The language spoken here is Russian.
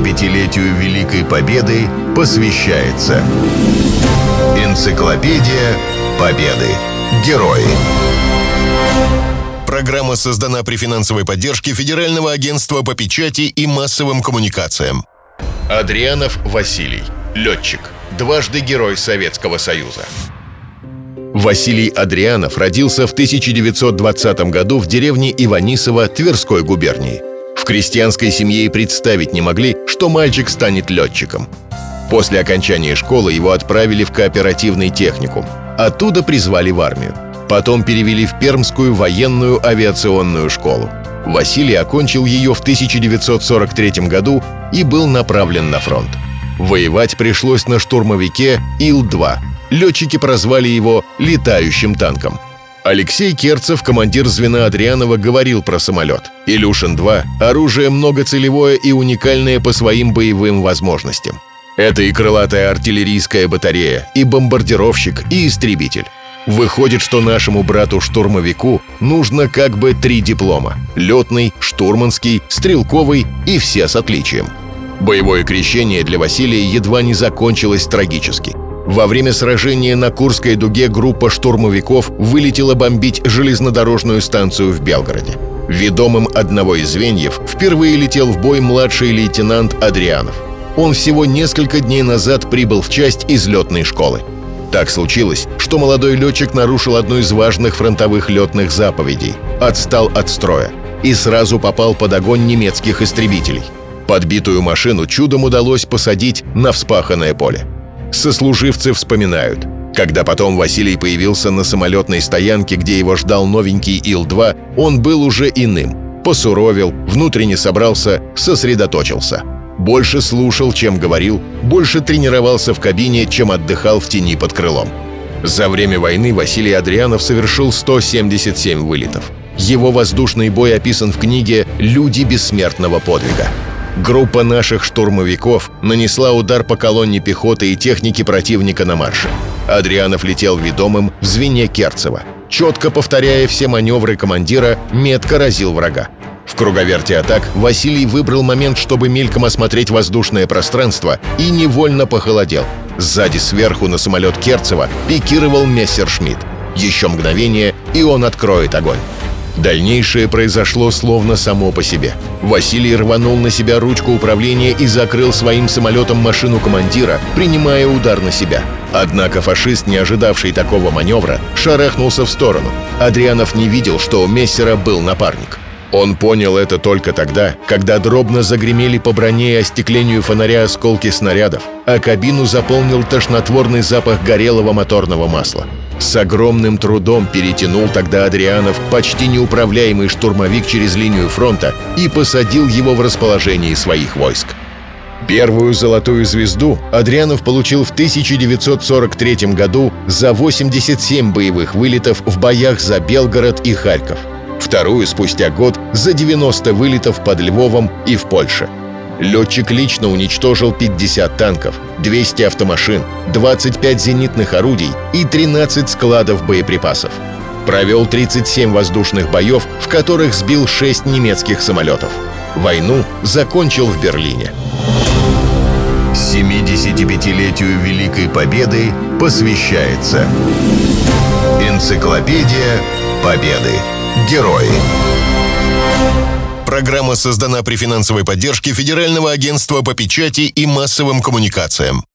75-летию Великой Победы посвящается Энциклопедия Победы. Герои. Программа создана при финансовой поддержке Федерального агентства по печати и массовым коммуникациям. Адрианов Василий. Летчик. Дважды Герой Советского Союза. Василий Адрианов родился в 1920 году в деревне Иванисово Тверской губернии. В крестьянской семье и представить не могли, что мальчик станет летчиком. После окончания школы его отправили в кооперативный техникум. Оттуда призвали в армию. Потом перевели в Пермскую военную авиационную школу. Василий окончил ее в 1943 году и был направлен на фронт. Воевать пришлось на штурмовике Ил-2. Летчики прозвали его «летающим танком». Алексей Керцев, командир звена Адрианова, говорил про самолет. «Илюшин-2 – оружие многоцелевое и уникальное по своим боевым возможностям. Это и крылатая артиллерийская батарея, и бомбардировщик, и истребитель. Выходит, что нашему брату-штурмовику нужно как бы 3 диплома – летный, штурманский, стрелковый и все с отличием». Боевое крещение для Василия едва не закончилось трагически. Во время сражения на Курской дуге группа штурмовиков вылетела бомбить железнодорожную станцию в Белгороде. Ведомым одного из звеньев впервые летел в бой младший лейтенант Адрианов. Он всего несколько дней назад прибыл в часть из летной школы. Так случилось, что молодой летчик нарушил одну из важных фронтовых летных заповедей – отстал от строя и сразу попал под огонь немецких истребителей. Подбитую машину чудом удалось посадить на вспаханное поле. Сослуживцы вспоминают, когда потом Василий появился на самолетной стоянке, где его ждал новенький Ил-2, он был уже иным. Посуровил, внутренне собрался, сосредоточился. Больше слушал, чем говорил, больше тренировался в кабине, чем отдыхал в тени под крылом. За время войны Василий Адрианов совершил 177 вылетов. Его воздушный бой описан в книге «Люди бессмертного подвига». Группа наших штурмовиков нанесла удар по колонне пехоты и техники противника на марше. Адрианов летел ведомым в звене Керцева. Четко повторяя все маневры командира, метко разил врага. В круговерте атак Василий выбрал момент, чтобы мельком осмотреть воздушное пространство, и невольно похолодел. Сзади сверху на самолет Керцева пикировал Мессершмитт. Еще мгновение, и он откроет огонь. Дальнейшее произошло словно само по себе. Василий рванул на себя ручку управления и закрыл своим самолетом машину командира, принимая удар на себя. Однако фашист, не ожидавший такого маневра, шарахнулся в сторону. Адрианов не видел, что у Мессера был напарник. Он понял это только тогда, когда дробно загремели по броне и остеклению фонаря осколки снарядов, а кабину заполнил тошнотворный запах горелого моторного масла. С огромным трудом перетянул тогда Адрианов почти неуправляемый штурмовик через линию фронта и посадил его в расположении своих войск. Первую золотую звезду Адрианов получил в 1943 году за 87 боевых вылетов в боях за Белгород и Харьков. Вторую спустя год за 90 вылетов под Львовом и в Польше. Летчик лично уничтожил 50 танков, 200 автомашин, 25 зенитных орудий и 13 складов боеприпасов. Провел 37 воздушных боев, в которых сбил 6 немецких самолетов. Войну закончил в Берлине. 75-летию Великой Победы посвящается Энциклопедия Победы. Герои. Программа создана при финансовой поддержке Федерального агентства по печати и массовым коммуникациям.